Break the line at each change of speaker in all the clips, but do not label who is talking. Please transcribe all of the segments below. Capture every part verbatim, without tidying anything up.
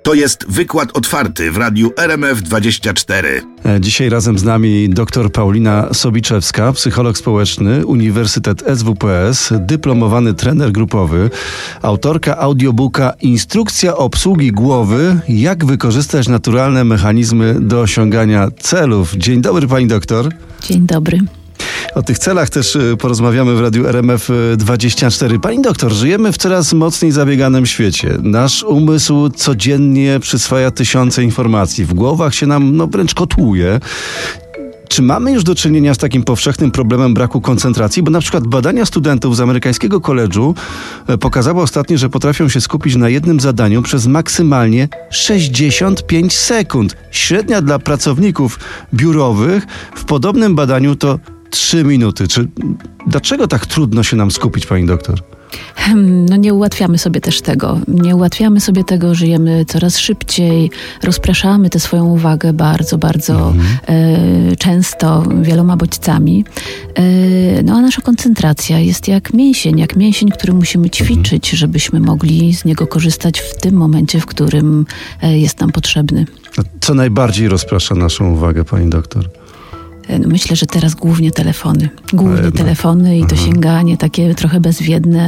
To jest wykład otwarty w radiu R M F dwadzieścia cztery.
Dzisiaj razem z nami dr Paulina Sobiczewska, psycholog społeczny, Uniwersytet S W P S, dyplomowany trener grupowy, autorka audiobooka Instrukcja obsługi głowy, jak wykorzystać naturalne mechanizmy do osiągania celów. Dzień dobry, pani doktor.
Dzień dobry.
O tych celach też porozmawiamy w radiu R M F dwadzieścia cztery. Pani doktor, żyjemy w coraz mocniej zabieganym świecie. Nasz umysł codziennie przyswaja tysiące informacji. W głowach się nam no, wręcz kotłuje. Czy mamy już do czynienia z takim powszechnym problemem braku koncentracji? Bo na przykład badania studentów z amerykańskiego koledżu pokazały ostatnio, że potrafią się skupić na jednym zadaniu przez maksymalnie sześćdziesiąt pięć sekund. Średnia dla pracowników biurowych w podobnym badaniu to trzy minuty. Czy dlaczego tak trudno się nam skupić, pani doktor?
No nie ułatwiamy sobie też tego. Nie ułatwiamy sobie tego, żyjemy coraz szybciej, rozpraszamy tę swoją uwagę bardzo, bardzo mhm. e, często wieloma bodźcami. E, no a nasza koncentracja jest jak mięsień, jak mięsień, który musimy ćwiczyć, mhm. żebyśmy mogli z niego korzystać w tym momencie, w którym e, jest nam potrzebny.
A co najbardziej rozprasza naszą uwagę, pani doktor?
Myślę, że teraz głównie telefony. Głównie telefony i to sięganie takie trochę bezwiedne,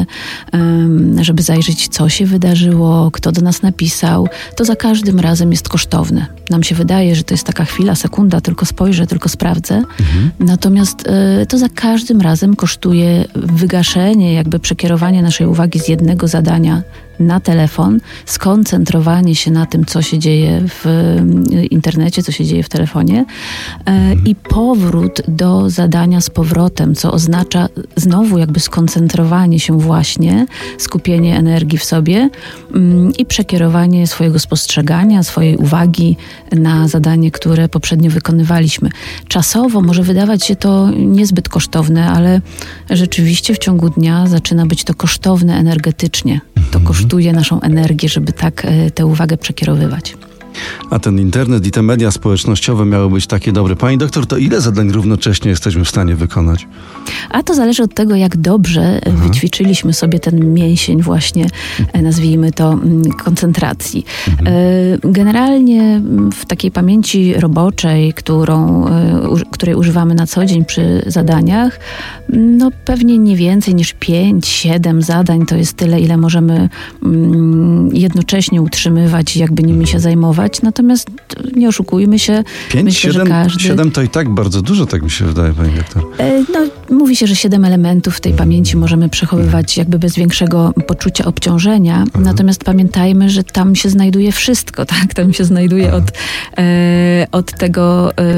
żeby zajrzeć, co się wydarzyło, kto do nas napisał. To za każdym razem jest kosztowne. Nam się wydaje, że to jest taka chwila, sekunda, tylko spojrzę, tylko sprawdzę. Mhm. Natomiast to za każdym razem kosztuje wygaszenie, jakby przekierowanie naszej uwagi z jednego zadania na telefon, skoncentrowanie się na tym, co się dzieje w internecie, co się dzieje w telefonie mhm. i powrót do zadania z powrotem, co oznacza znowu jakby skoncentrowanie się właśnie, skupienie energii w sobie i przekierowanie swojego spostrzegania, swojej uwagi na zadanie, które poprzednio wykonywaliśmy. Czasowo może wydawać się to niezbyt kosztowne, ale rzeczywiście w ciągu dnia zaczyna być to kosztowne energetycznie. To kosztuje naszą energię, żeby tak tę uwagę przekierowywać.
A ten internet i te media społecznościowe miały być takie dobre. Pani doktor, to ile zadań równocześnie jesteśmy w stanie wykonać?
A to zależy od tego, jak dobrze Aha. wyćwiczyliśmy sobie ten mięsień właśnie, nazwijmy to, koncentracji. Mhm. Generalnie w takiej pamięci roboczej, którą, której używamy na co dzień przy zadaniach, no pewnie nie więcej niż pięć, siedem zadań to jest tyle, ile możemy jednocześnie utrzymywać, jakby nimi się zajmować. Natomiast nie oszukujmy się.
pięć,
Myślę,
siedem,
że każdy...
siedem to i tak bardzo dużo, tak mi się wydaje, pani doktor.
No, mówi się, że siedem elementów w tej pamięci możemy przechowywać jakby bez większego poczucia obciążenia. Aha. Natomiast pamiętajmy, że tam się znajduje wszystko, tak? Tam się znajduje od, e, od tego e,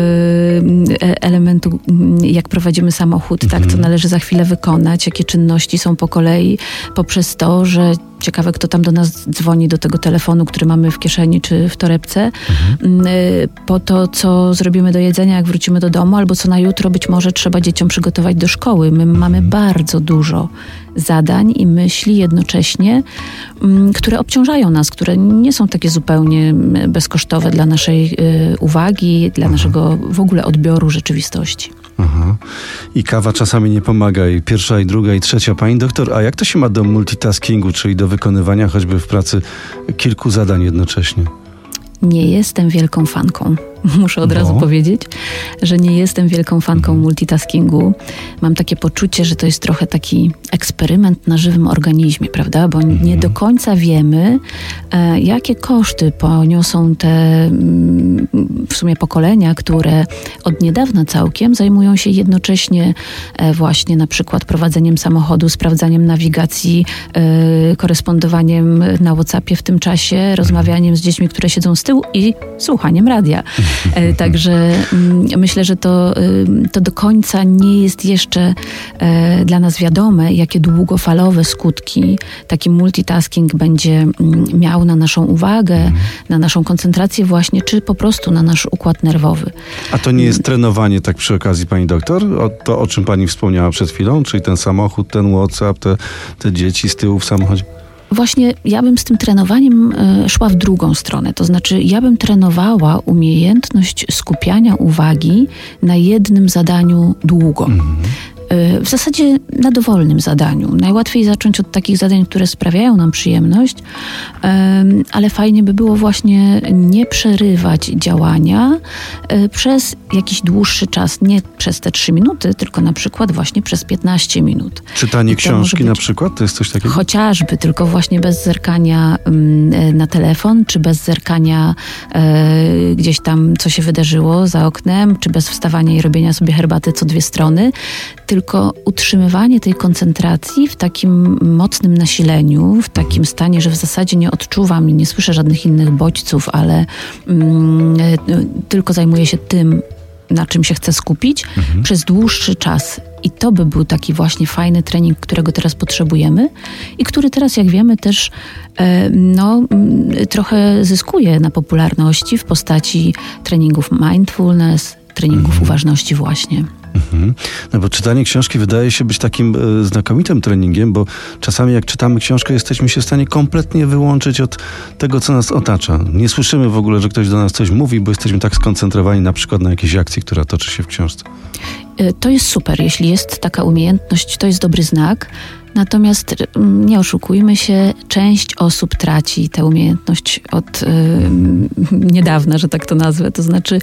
elementu, jak prowadzimy samochód, mhm. tak? Co należy za chwilę wykonać, jakie czynności są po kolei, poprzez to, że ciekawe, kto tam do nas dzwoni, do tego telefonu, który mamy w kieszeni czy w torebce, mhm. po to, co zrobimy do jedzenia, jak wrócimy do domu, albo co na jutro być może trzeba dzieciom przygotować do szkoły. My mhm. mamy bardzo dużo zadań i myśli jednocześnie, które obciążają nas, które nie są takie zupełnie bezkosztowe dla naszej uwagi, dla Aha. naszego w ogóle odbioru rzeczywistości.
Aha. I kawa czasami nie pomaga, i pierwsza, i druga, i trzecia. Pani doktor, a jak to się ma do multitaskingu, czyli do wykonywania choćby w pracy kilku zadań jednocześnie?
Nie jestem wielką fanką. Muszę od no. razu powiedzieć, że nie jestem wielką fanką multitaskingu. Mam takie poczucie, że to jest trochę taki eksperyment na żywym organizmie, prawda? Bo mm. nie do końca wiemy, e, jakie koszty poniosą te mm, w sumie pokolenia, które od niedawna całkiem zajmują się jednocześnie e, właśnie na przykład prowadzeniem samochodu, sprawdzaniem nawigacji, e, korespondowaniem na WhatsAppie w tym czasie, rozmawianiem z dziećmi, które siedzą z tyłu i słuchaniem radia. Także myślę, że to, to do końca nie jest jeszcze dla nas wiadome, jakie długofalowe skutki taki multitasking będzie miał na naszą uwagę, na naszą koncentrację właśnie, czy po prostu na nasz układ nerwowy.
A to nie jest trenowanie tak przy okazji, pani doktor? O to, o czym pani wspomniała przed chwilą, czyli ten samochód, ten WhatsApp, te, te dzieci z tyłu w samochodzie?
Właśnie ja bym z tym trenowaniem y, szła w drugą stronę. To znaczy ja bym trenowała umiejętność skupiania uwagi na jednym zadaniu długo. Mm. w zasadzie na dowolnym zadaniu. Najłatwiej zacząć od takich zadań, które sprawiają nam przyjemność, ale fajnie by było właśnie nie przerywać działania przez jakiś dłuższy czas, nie przez te trzy minuty, tylko na przykład właśnie przez piętnaście minut.
Czytanie książki na przykład? To jest coś takiego?
Chociażby, tylko właśnie bez zerkania na telefon, czy bez zerkania gdzieś tam, co się wydarzyło za oknem, czy bez wstawania i robienia sobie herbaty co dwie strony, tylko utrzymywanie tej koncentracji w takim mocnym nasileniu, w takim stanie, że w zasadzie nie odczuwam i nie słyszę żadnych innych bodźców, ale mm, tylko zajmuję się tym, na czym się chcę skupić, mhm. przez dłuższy czas. I to by był taki właśnie fajny trening, którego teraz potrzebujemy i który teraz, jak wiemy, też e, no, trochę zyskuje na popularności w postaci treningów mindfulness, treningów mhm. uważności właśnie.
Mhm. No bo czytanie książki wydaje się być takim e, znakomitym treningiem, bo czasami jak czytamy książkę, jesteśmy się w stanie kompletnie wyłączyć od tego, co nas otacza. Nie słyszymy w ogóle, że ktoś do nas coś mówi, bo jesteśmy tak skoncentrowani na przykład na jakiejś akcji, która toczy się w książce.
To jest super. Jeśli jest taka umiejętność, to jest dobry znak. Natomiast nie oszukujmy się, część osób traci tę umiejętność od y, niedawna, że tak to nazwę. To znaczy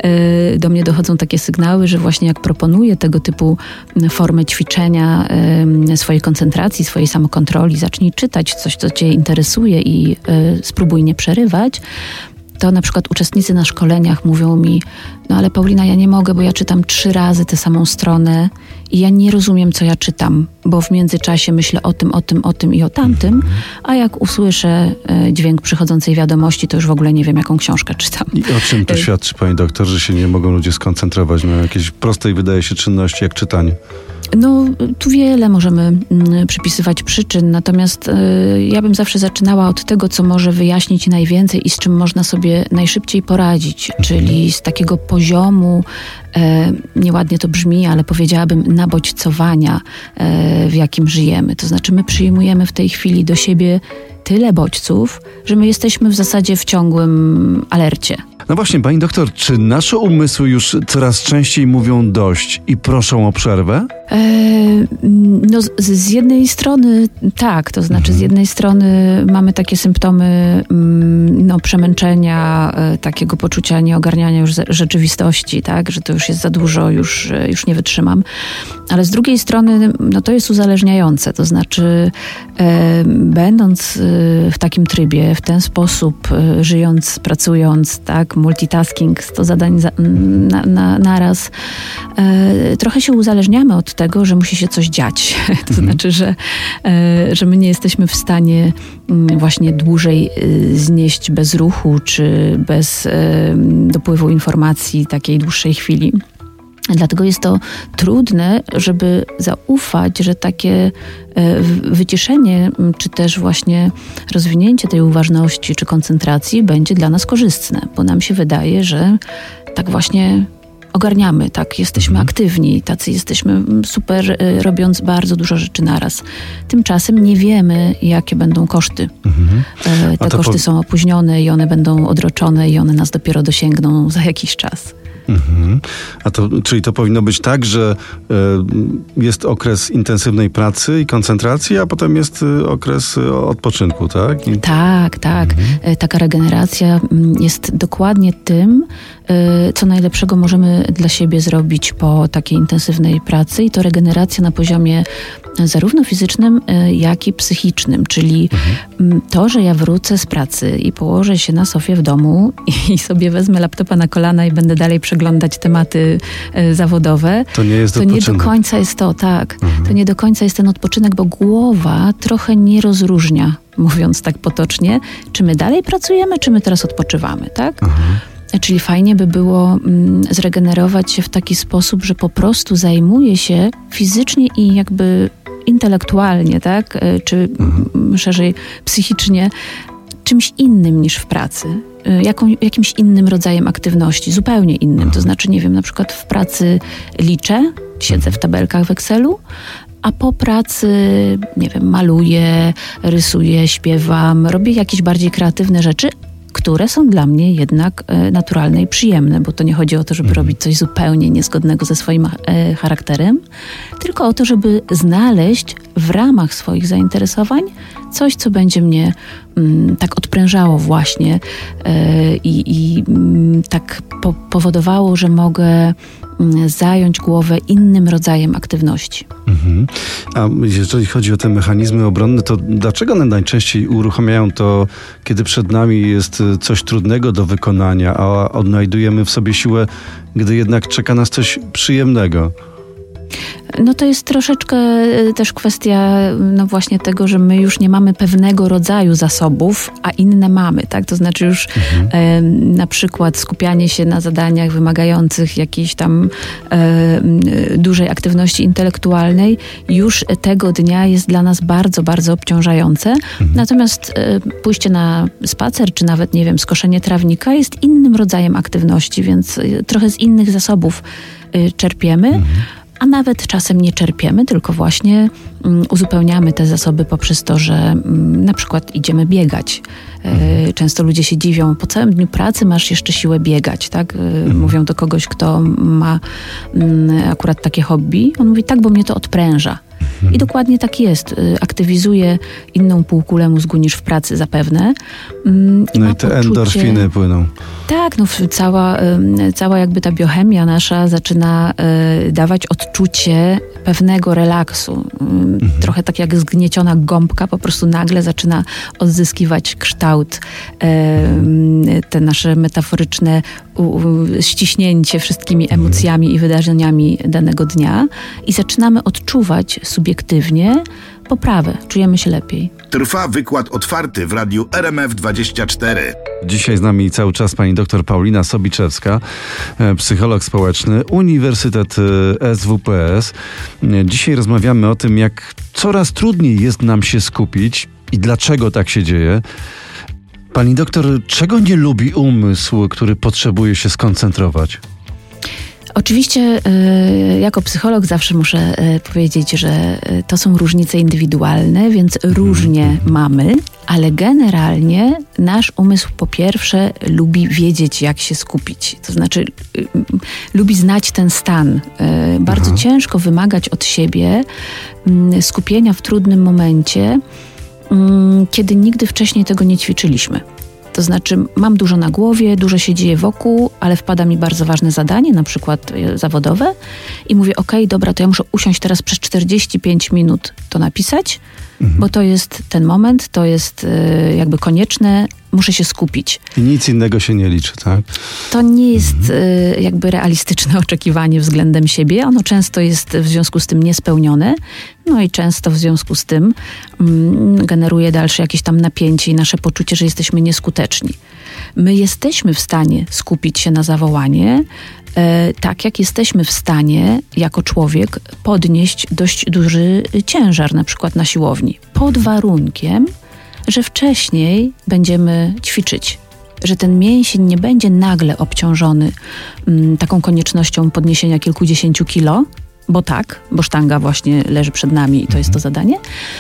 y, do mnie dochodzą takie sygnały, że właśnie jak proponuję tego typu formę ćwiczenia y, swojej koncentracji, swojej samokontroli, zacznij czytać coś, co cię interesuje i y, spróbuj nie przerywać, to na przykład uczestnicy na szkoleniach mówią mi, no ale Paulina, ja nie mogę, bo ja czytam trzy razy tę samą stronę i ja nie rozumiem, co ja czytam, bo w międzyczasie myślę o tym, o tym, o tym i o tamtym, a jak usłyszę dźwięk przychodzącej wiadomości, to już w ogóle nie wiem, jaką książkę czytam.
I o czym to świadczy, pani doktor, że się nie mogą ludzie skoncentrować na jakiejś prostej, wydaje się, czynności jak czytanie?
No, tu wiele możemy mm, przypisywać przyczyn, natomiast y, ja bym zawsze zaczynała od tego, co może wyjaśnić najwięcej i z czym można sobie najszybciej poradzić, mhm. czyli z takiego poziomu, e, nieładnie to brzmi, ale powiedziałabym nabodźcowania, e, w jakim żyjemy. To znaczy my przyjmujemy w tej chwili do siebie tyle bodźców, że my jesteśmy w zasadzie w ciągłym alercie.
No właśnie, pani doktor, czy nasze umysły już coraz częściej mówią dość i proszą o przerwę?
Eee, no z, z jednej strony tak, to znaczy mhm. z jednej strony mamy takie symptomy mm, no, przemęczenia, e, takiego poczucia nieogarniania już rzeczywistości, tak, że to już jest za dużo, już, już nie wytrzymam. Ale z drugiej strony no, to jest uzależniające, to znaczy e, będąc e, w takim trybie, w ten sposób, e, żyjąc, pracując, tak, multitasking, sto zadań za, na, na, naraz, e, trochę się uzależniamy od tego, że musi się coś dziać. To mhm. znaczy, że, e, że my nie jesteśmy w stanie m, właśnie dłużej e, znieść bez ruchu, czy bez e, dopływu informacji takiej dłuższej chwili. Dlatego jest to trudne, żeby zaufać, że takie wyciszenie, czy też właśnie rozwinięcie tej uważności, czy koncentracji będzie dla nas korzystne, bo nam się wydaje, że tak właśnie ogarniamy, tak, jesteśmy mhm. aktywni, tacy jesteśmy super, robiąc bardzo dużo rzeczy naraz. Tymczasem nie wiemy, jakie będą koszty. Mhm. Te koszty po... są opóźnione i one będą odroczone i one nas dopiero dosięgną za jakiś czas.
Mhm. A to, czyli to powinno być tak, że y, jest okres intensywnej pracy i koncentracji, a potem jest y, okres y, odpoczynku, tak? I...
Tak, tak. Mhm. Taka regeneracja jest dokładnie tym, y, co najlepszego możemy dla siebie zrobić po takiej intensywnej pracy i to regeneracja na poziomie zarówno fizycznym, y, jak i psychicznym, czyli mhm. to, że ja wrócę z pracy i położę się na sofie w domu i sobie wezmę laptopa na kolana i będę dalej przeglądać tematy y, zawodowe,
to nie jest
to nie do końca jest to, tak. Mhm. To nie do końca jest ten odpoczynek, bo głowa trochę nie rozróżnia, mówiąc tak potocznie, czy my dalej pracujemy, czy my teraz odpoczywamy, tak? Mhm. Czyli fajnie by było mm, zregenerować się w taki sposób, że po prostu zajmuje się fizycznie i jakby intelektualnie, tak? Czy mhm. szerzej psychicznie czymś innym niż w pracy. Jaką, jakimś innym rodzajem aktywności, zupełnie innym. To znaczy, nie wiem, na przykład w pracy liczę, siedzę w tabelkach w Excelu, a po pracy, nie wiem, maluję, rysuję, śpiewam, robię jakieś bardziej kreatywne rzeczy, które są dla mnie jednak e, naturalne i przyjemne, bo to nie chodzi o to, żeby robić coś zupełnie niezgodnego ze swoim e, charakterem, tylko o to, żeby znaleźć w ramach swoich zainteresowań coś, co będzie mnie mm, tak odprężało właśnie e, i, i mm, tak po, powodowało, że mogę mm, zająć głowę innym rodzajem aktywności.
Mhm. A jeżeli chodzi o te mechanizmy obronne, to dlaczego one najczęściej uruchamiają to, kiedy przed nami jest coś trudnego do wykonania, a odnajdujemy w sobie siłę, gdy jednak czeka nas coś przyjemnego?
No to jest troszeczkę też kwestia no właśnie tego, że my już nie mamy pewnego rodzaju zasobów, a inne mamy, tak? To znaczy już mhm. e, na przykład skupianie się na zadaniach wymagających jakiejś tam e, dużej aktywności intelektualnej już tego dnia jest dla nas bardzo, bardzo obciążające. Mhm. Natomiast e, pójście na spacer, czy nawet, nie wiem, skoszenie trawnika jest innym rodzajem aktywności, więc trochę z innych zasobów e, czerpiemy. Mhm. A nawet czasem nie czerpiemy, tylko właśnie um, uzupełniamy te zasoby poprzez to, że um, na przykład idziemy biegać. E, często ludzie się dziwią, po całym dniu pracy masz jeszcze siłę biegać, tak? E, mhm. Mówią do kogoś, kto ma um, akurat takie hobby. On mówi, tak, bo mnie to odpręża. I dokładnie tak jest. Aktywizuje inną półkulę mózgu niż w pracy zapewne. I
no i te poczucie... endorfiny płyną.
Tak, no cała, cała jakby ta biochemia nasza zaczyna dawać odczucie pewnego relaksu. Mhm. Trochę tak jak zgnieciona gąbka po prostu nagle zaczyna odzyskiwać kształt. Te nasze metaforyczne ściśnięcie wszystkimi emocjami i wydarzeniami danego dnia i zaczynamy odczuwać subiektywnie poprawę. Czujemy się lepiej.
Trwa wykład otwarty w radiu R M F dwadzieścia cztery.
Dzisiaj z nami cały czas pani doktor Paulina Sobiczewska, psycholog społeczny, Uniwersytet S W P S. Dzisiaj rozmawiamy o tym, jak coraz trudniej jest nam się skupić i dlaczego tak się dzieje. Pani doktor, czego nie lubi umysł, który potrzebuje się skoncentrować?
Oczywiście y, jako psycholog zawsze muszę y, powiedzieć, że y, to są różnice indywidualne, więc różnie mm. mamy, ale generalnie nasz umysł po pierwsze lubi wiedzieć, jak się skupić. To znaczy y, y, lubi znać ten stan. Y, bardzo Aha. ciężko wymagać od siebie y, skupienia w trudnym momencie, y, kiedy nigdy wcześniej tego nie ćwiczyliśmy. To znaczy mam dużo na głowie, dużo się dzieje wokół, ale wpada mi bardzo ważne zadanie, na przykład zawodowe i mówię, okej, dobra, to ja muszę usiąść teraz przez czterdzieści pięć minut to napisać, mhm. bo to jest ten moment, to jest y, jakby konieczne, muszę się skupić.
I nic innego się nie liczy, tak?
To nie jest mhm. y, jakby realistyczne oczekiwanie względem siebie. Ono często jest w związku z tym niespełnione. No i często w związku z tym mm, generuje dalsze jakieś tam napięcie i nasze poczucie, że jesteśmy nieskuteczni. My jesteśmy w stanie skupić się na zawołanie, e, tak jak jesteśmy w stanie jako człowiek podnieść dość duży ciężar, na przykład na siłowni. Pod warunkiem, że wcześniej będziemy ćwiczyć, że ten mięsień nie będzie nagle obciążony m, taką koniecznością podniesienia kilkudziesięciu kilo, bo tak, bo sztanga właśnie leży przed nami i to jest to zadanie,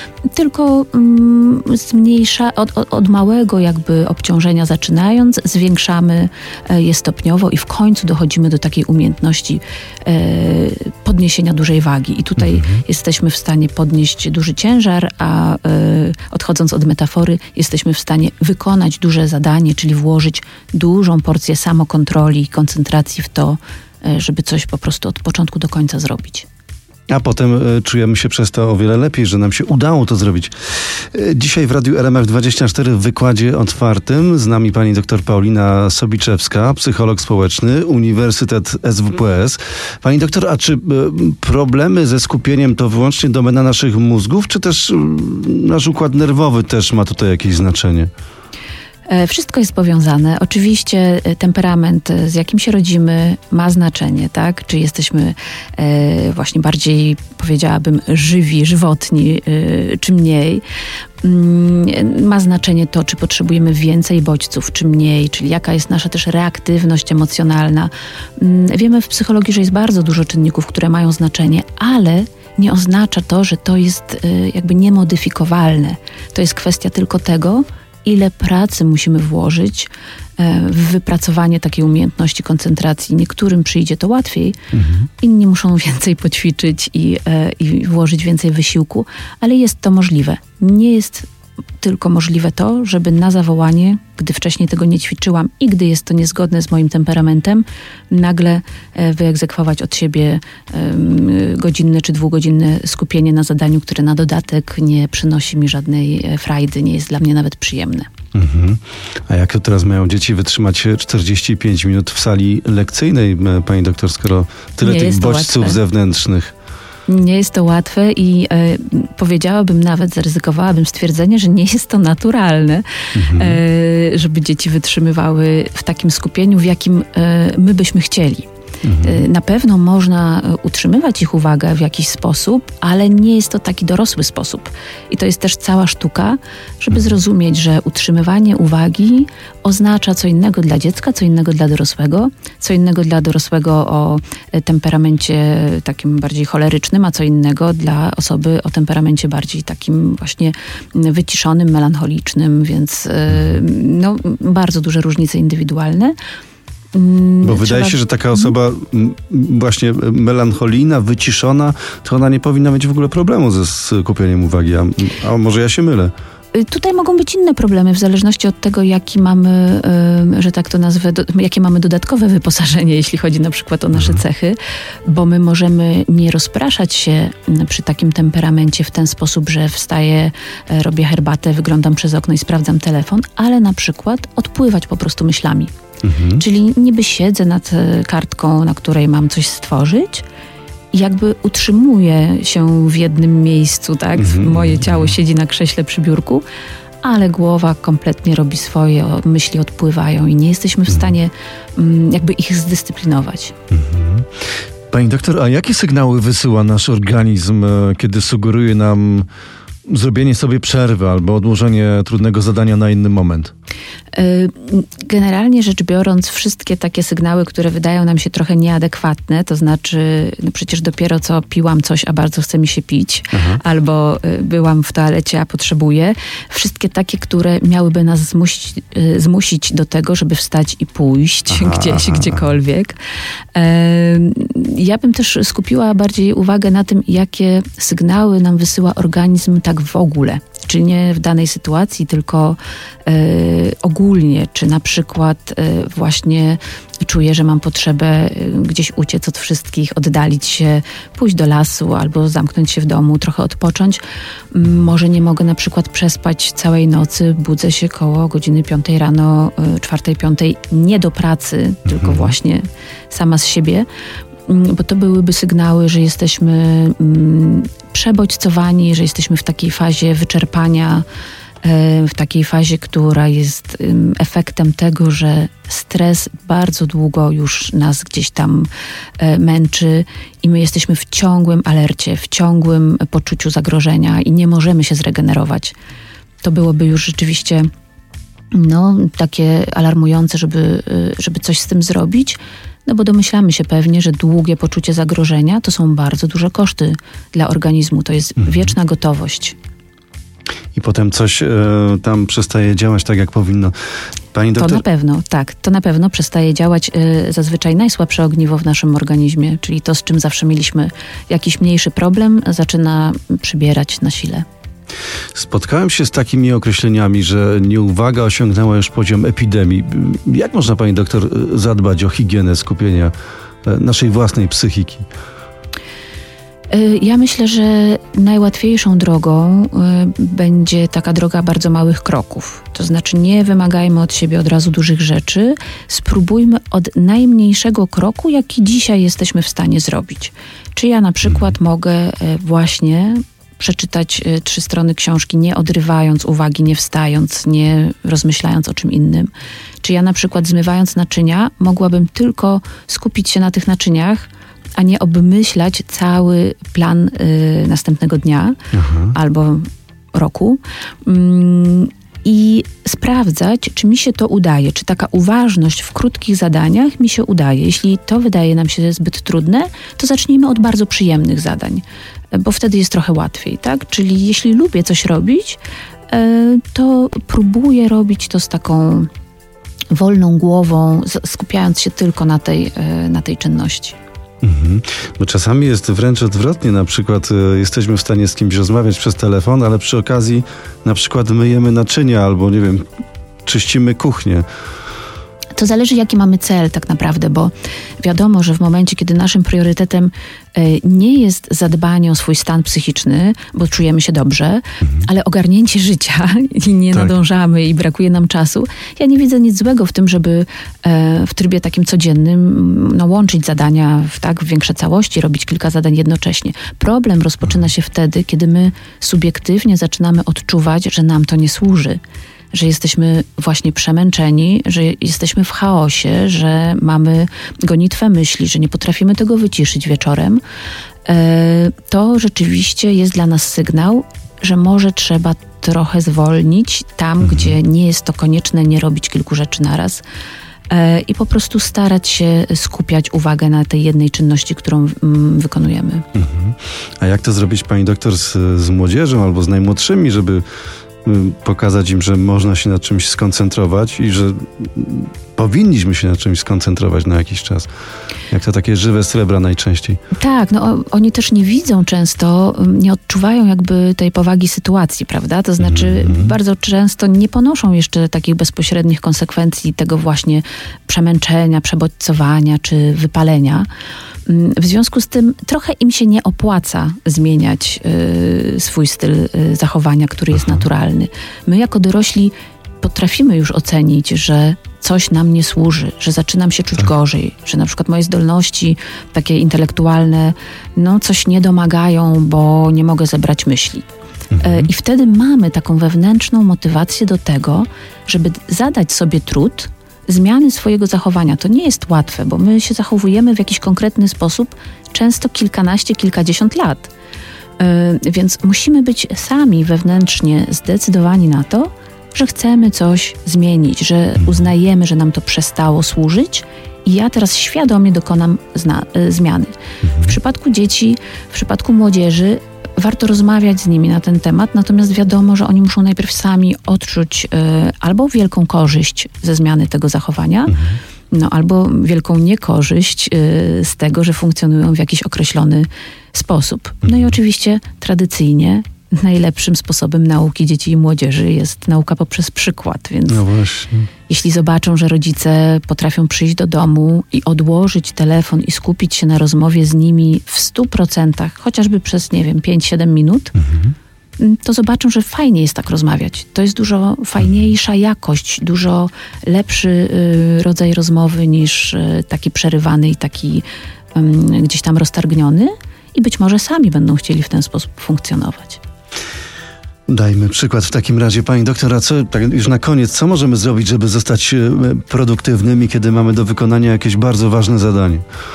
tylko mm, zmniejsza, od, od, od małego jakby obciążenia zaczynając, zwiększamy je stopniowo i w końcu dochodzimy do takiej umiejętności e, podniesienia dużej wagi. I tutaj mhm. jesteśmy w stanie podnieść duży ciężar, a e, odchodząc od metafory, jesteśmy w stanie wykonać duże zadanie, czyli włożyć dużą porcję samokontroli i koncentracji w to, żeby coś po prostu od początku do końca zrobić.
A potem y, czujemy się przez to o wiele lepiej, że nam się udało to zrobić. Y, dzisiaj w Radiu R M F dwadzieścia cztery w wykładzie otwartym z nami pani doktor Paulina Sobiczewska, psycholog społeczny, Uniwersytet S W P S. Pani doktor, a czy y, problemy ze skupieniem to wyłącznie domena naszych mózgów, czy też y, nasz układ nerwowy też ma tutaj jakieś znaczenie?
Wszystko jest powiązane. Oczywiście temperament, z jakim się rodzimy, ma znaczenie, tak? Czy jesteśmy e, właśnie bardziej, powiedziałabym, żywi, żywotni, e, czy mniej. Mm, ma znaczenie to, czy potrzebujemy więcej bodźców, czy mniej, czyli jaka jest nasza też reaktywność emocjonalna. Mm, wiemy w psychologii, że jest bardzo dużo czynników, które mają znaczenie, ale nie oznacza to, że to jest e, jakby niemodyfikowalne. To jest kwestia tylko tego, ile pracy musimy włożyć w wypracowanie takiej umiejętności koncentracji. Niektórym przyjdzie to łatwiej, mhm. inni muszą więcej poćwiczyć i, i włożyć więcej wysiłku, ale jest to możliwe. Nie jest tylko możliwe to, żeby na zawołanie, gdy wcześniej tego nie ćwiczyłam i gdy jest to niezgodne z moim temperamentem, nagle wyegzekwować od siebie godzinne czy dwugodzinne skupienie na zadaniu, które na dodatek nie przynosi mi żadnej frajdy, nie jest dla mnie nawet przyjemne.
Mhm. A jak to teraz mają dzieci wytrzymać czterdzieści pięć minut w sali lekcyjnej, pani doktor, skoro tyle
nie
tych bodźców łatwe. zewnętrznych?
Nie jest to łatwe i e, powiedziałabym nawet, zaryzykowałabym stwierdzenie, że nie jest to naturalne, mhm. e, żeby dzieci wytrzymywały w takim skupieniu, w jakim e, my byśmy chcieli. Mhm. Na pewno można utrzymywać ich uwagę w jakiś sposób, ale nie jest to taki dorosły sposób. I to jest też cała sztuka, żeby mhm. zrozumieć, że utrzymywanie uwagi oznacza co innego dla dziecka, co innego dla dorosłego, co innego dla dorosłego o temperamencie takim bardziej cholerycznym, a co innego dla osoby o temperamencie bardziej takim właśnie wyciszonym, melancholicznym, więc no, bardzo duże różnice indywidualne.
Bo wydaje się, że taka osoba właśnie melancholijna, wyciszona, to ona nie powinna mieć w ogóle problemu ze skupieniem uwagi. A, a może ja się mylę?
Tutaj mogą być inne problemy w zależności od tego, jaki mamy, że tak to nazwę, do, jakie mamy dodatkowe wyposażenie, jeśli chodzi na przykład o nasze cechy, bo my możemy nie rozpraszać się przy takim temperamencie w ten sposób, że wstaję, robię herbatę, wyglądam przez okno i sprawdzam telefon, ale na przykład odpływać po prostu myślami. Mhm. Czyli niby siedzę nad kartką, na której mam coś stworzyć i jakby utrzymuję się w jednym miejscu, tak? Mhm. Moje ciało siedzi na krześle przy biurku, ale głowa kompletnie robi swoje, myśli odpływają i nie jesteśmy w stanie um, jakby ich zdyscyplinować.
Mhm. Pani doktor, a jakie sygnały wysyła nasz organizm, kiedy sugeruje nam zrobienie sobie przerwy albo odłożenie trudnego zadania na inny moment?
Generalnie rzecz biorąc, wszystkie takie sygnały, które wydają nam się trochę nieadekwatne, to znaczy no przecież dopiero co piłam coś, a bardzo chce mi się pić, Aha. albo byłam w toalecie, a potrzebuję. Wszystkie takie, które miałyby nas zmusić, zmusić do tego, żeby wstać i pójść Aha. gdzieś, gdziekolwiek. Ja bym też skupiła bardziej uwagę na tym, jakie sygnały nam wysyła organizm tak w ogóle. Czy nie w danej sytuacji, tylko y, ogólnie, czy na przykład y, właśnie czuję, że mam potrzebę y, gdzieś uciec od wszystkich, oddalić się, pójść do lasu albo zamknąć się w domu, trochę odpocząć. M, może nie mogę na przykład przespać całej nocy, budzę się koło godziny piątej rano, y, czwartej, piątej, nie do pracy, mhm. tylko właśnie sama z siebie. Bo to byłyby sygnały, że jesteśmy mm, przebodźcowani, że jesteśmy w takiej fazie wyczerpania, e, w takiej fazie, która jest um, efektem tego, że stres bardzo długo już nas gdzieś tam e, męczy i my jesteśmy w ciągłym alercie, w ciągłym poczuciu zagrożenia i nie możemy się zregenerować. To byłoby już rzeczywiście no, takie alarmujące, żeby, żeby coś z tym zrobić. No bo domyślamy się pewnie, że długie poczucie zagrożenia to są bardzo duże koszty dla organizmu. To jest mhm. wieczna gotowość.
I potem coś e, tam przestaje działać tak, jak powinno. Pani doktor...
To na pewno, tak. To na pewno przestaje działać e, zazwyczaj najsłabsze ogniwo w naszym organizmie, czyli to, z czym zawsze mieliśmy jakiś mniejszy problem, zaczyna przybierać na sile.
Spotkałem się z takimi określeniami, że nieuwaga osiągnęła już poziom epidemii. Jak można, pani doktor, zadbać o higienę skupienia naszej własnej psychiki?
Ja myślę, że najłatwiejszą drogą będzie taka droga bardzo małych kroków. To znaczy nie wymagajmy od siebie od razu dużych rzeczy. Spróbujmy od najmniejszego kroku, jaki dzisiaj jesteśmy w stanie zrobić. Czy ja na przykład hmm. mogę właśnie przeczytać y, trzy strony książki, nie odrywając uwagi, nie wstając, nie rozmyślając o czym innym. Czy ja na przykład zmywając naczynia, mogłabym tylko skupić się na tych naczyniach, a nie obmyślać cały plan y, następnego dnia Aha. albo roku. Mm, I sprawdzać, czy mi się to udaje, czy taka uważność w krótkich zadaniach mi się udaje. Jeśli to wydaje nam się zbyt trudne, to zacznijmy od bardzo przyjemnych zadań, bo wtedy jest trochę łatwiej, tak? Czyli jeśli lubię coś robić, to próbuję robić to z taką wolną głową, skupiając się tylko na tej, na tej czynności.
Mhm. Bo czasami jest wręcz odwrotnie, na przykład y, jesteśmy w stanie z kimś rozmawiać przez telefon, ale przy okazji na przykład myjemy naczynia albo, nie wiem, czyścimy kuchnię.
To zależy, jaki mamy cel tak naprawdę, bo wiadomo, że w momencie, kiedy naszym priorytetem nie jest zadbanie o swój stan psychiczny, bo czujemy się dobrze, mhm. ale ogarnięcie życia i nie tak. nadążamy i brakuje nam czasu, ja nie widzę nic złego w tym, żeby w trybie takim codziennym no, łączyć zadania w tak w większe całości, robić kilka zadań jednocześnie. Problem rozpoczyna się wtedy, kiedy my subiektywnie zaczynamy odczuwać, że nam to nie służy. Że jesteśmy właśnie przemęczeni, że jesteśmy w chaosie, że mamy gonitwę myśli, że nie potrafimy tego wyciszyć wieczorem, to rzeczywiście jest dla nas sygnał, że może trzeba trochę zwolnić tam, mhm. gdzie nie jest to konieczne, nie robić kilku rzeczy naraz i po prostu starać się skupiać uwagę na tej jednej czynności, którą wykonujemy. Mhm.
A jak to zrobić, pani doktor, z, z młodzieżą albo z najmłodszymi, żeby pokazać im, że można się na czymś skoncentrować i że powinniśmy się na czymś skoncentrować na jakiś czas. Jak to takie żywe srebra najczęściej.
Tak, no oni też nie widzą często, nie odczuwają jakby tej powagi sytuacji, prawda? To znaczy mm-hmm. bardzo często nie ponoszą jeszcze takich bezpośrednich konsekwencji tego właśnie przemęczenia, przebodźcowania czy wypalenia. W związku z tym trochę im się nie opłaca zmieniać y, swój styl y, zachowania, który jest naturalny. My jako dorośli potrafimy już ocenić, że coś nam nie służy, że zaczynam się czuć tak. gorzej, że na przykład moje zdolności takie intelektualne no coś nie domagają, bo nie mogę zebrać myśli. Mhm. Y, I wtedy mamy taką wewnętrzną motywację do tego, żeby zadać sobie trud zmiany swojego zachowania. To nie jest łatwe, bo my się zachowujemy w jakiś konkretny sposób często kilkanaście, kilkadziesiąt lat. Yy, więc musimy być sami wewnętrznie zdecydowani na to, że chcemy coś zmienić, że uznajemy, że nam to przestało służyć i ja teraz świadomie dokonam zna- yy, zmiany. W przypadku dzieci, w przypadku młodzieży warto rozmawiać z nimi na ten temat, natomiast wiadomo, że oni muszą najpierw sami odczuć y, albo wielką korzyść ze zmiany tego zachowania, mhm. no albo wielką niekorzyść y, z tego, że funkcjonują w jakiś określony sposób. No i oczywiście tradycyjnie najlepszym sposobem nauki dzieci i młodzieży jest nauka poprzez przykład, więc
no właśnie.
Jeśli zobaczą, że rodzice potrafią przyjść do domu i odłożyć telefon i skupić się na rozmowie z nimi w stu procentach, chociażby przez, nie wiem, pięć siedem minut, mhm. to zobaczą, że fajnie jest tak rozmawiać. To jest dużo fajniejsza jakość, dużo lepszy y, rodzaj rozmowy niż y, taki przerywany i taki y, gdzieś tam roztargniony i być może sami będą chcieli w ten sposób funkcjonować.
Dajmy przykład w takim razie, pani doktor, a co, tak już na koniec, co możemy zrobić, żeby zostać produktywnymi, kiedy mamy do wykonania jakieś bardzo ważne zadanie?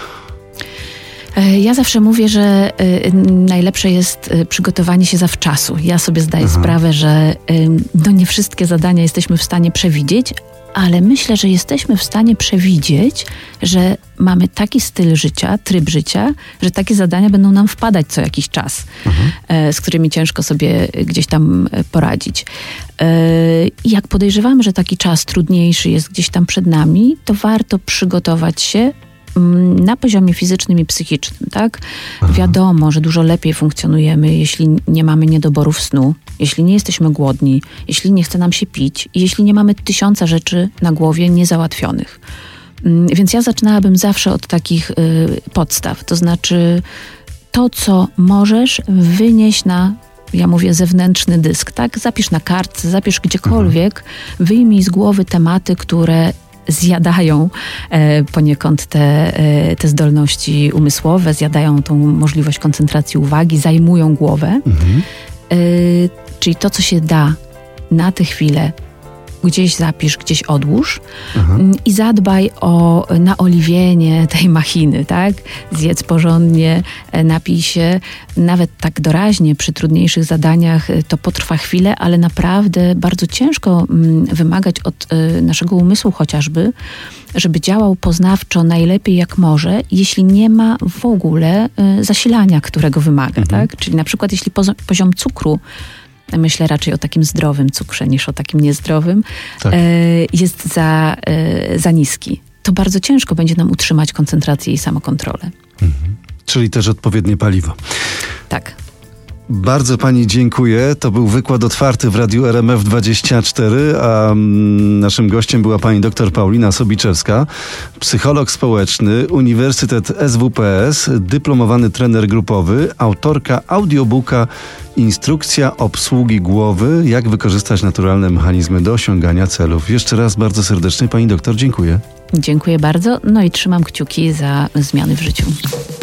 Ja zawsze mówię, że najlepsze jest przygotowanie się zawczasu. Ja sobie zdaję Aha. sprawę, że no nie wszystkie zadania jesteśmy w stanie przewidzieć, ale myślę, że jesteśmy w stanie przewidzieć, że mamy taki styl życia, tryb życia, że takie zadania będą nam wpadać co jakiś czas, mhm. z którymi ciężko sobie gdzieś tam poradzić. I jak podejrzewamy, że taki czas trudniejszy jest gdzieś tam przed nami, to warto przygotować się na poziomie fizycznym i psychicznym, tak? Aha. Wiadomo, że dużo lepiej funkcjonujemy, jeśli nie mamy niedoborów snu, jeśli nie jesteśmy głodni, jeśli nie chce nam się pić i jeśli nie mamy tysiąca rzeczy na głowie niezałatwionych. Więc ja zaczynałabym zawsze od takich y, podstaw, to znaczy to, co możesz, wynieść na, ja mówię, zewnętrzny dysk, tak? Zapisz na kartce, zapisz gdziekolwiek, mhm. wyjmij z głowy tematy, które zjadają e, poniekąd te, e, te zdolności umysłowe, zjadają tą możliwość koncentracji uwagi, zajmują głowę. Mhm. E, czyli to, co się da na tę chwilę, gdzieś zapisz, gdzieś odłóż Aha. i zadbaj o naoliwienie tej machiny, tak? Zjedz porządnie, napij się, nawet tak doraźnie przy trudniejszych zadaniach to potrwa chwilę, ale naprawdę bardzo ciężko wymagać od naszego umysłu chociażby, żeby działał poznawczo najlepiej jak może, jeśli nie ma w ogóle zasilania, którego wymaga, mhm. tak? Czyli na przykład jeśli poziom cukru myślę raczej o takim zdrowym cukrze niż o takim niezdrowym,
Tak.
e, jest za, e, za niski. To bardzo ciężko będzie nam utrzymać koncentrację i samokontrolę.
Mhm. Czyli też odpowiednie paliwo.
Tak.
Bardzo pani dziękuję. To był wykład otwarty w Radiu R M F dwadzieścia cztery, a mm, naszym gościem była pani dr Paulina Sobiczewska, psycholog społeczny, Uniwersytet S W P S, dyplomowany trener grupowy, autorka audiobooka Instrukcja obsługi głowy, jak wykorzystać naturalne mechanizmy do osiągania celów. Jeszcze raz bardzo serdecznie pani doktor dziękuję.
Dziękuję bardzo. No i trzymam kciuki za zmiany w życiu.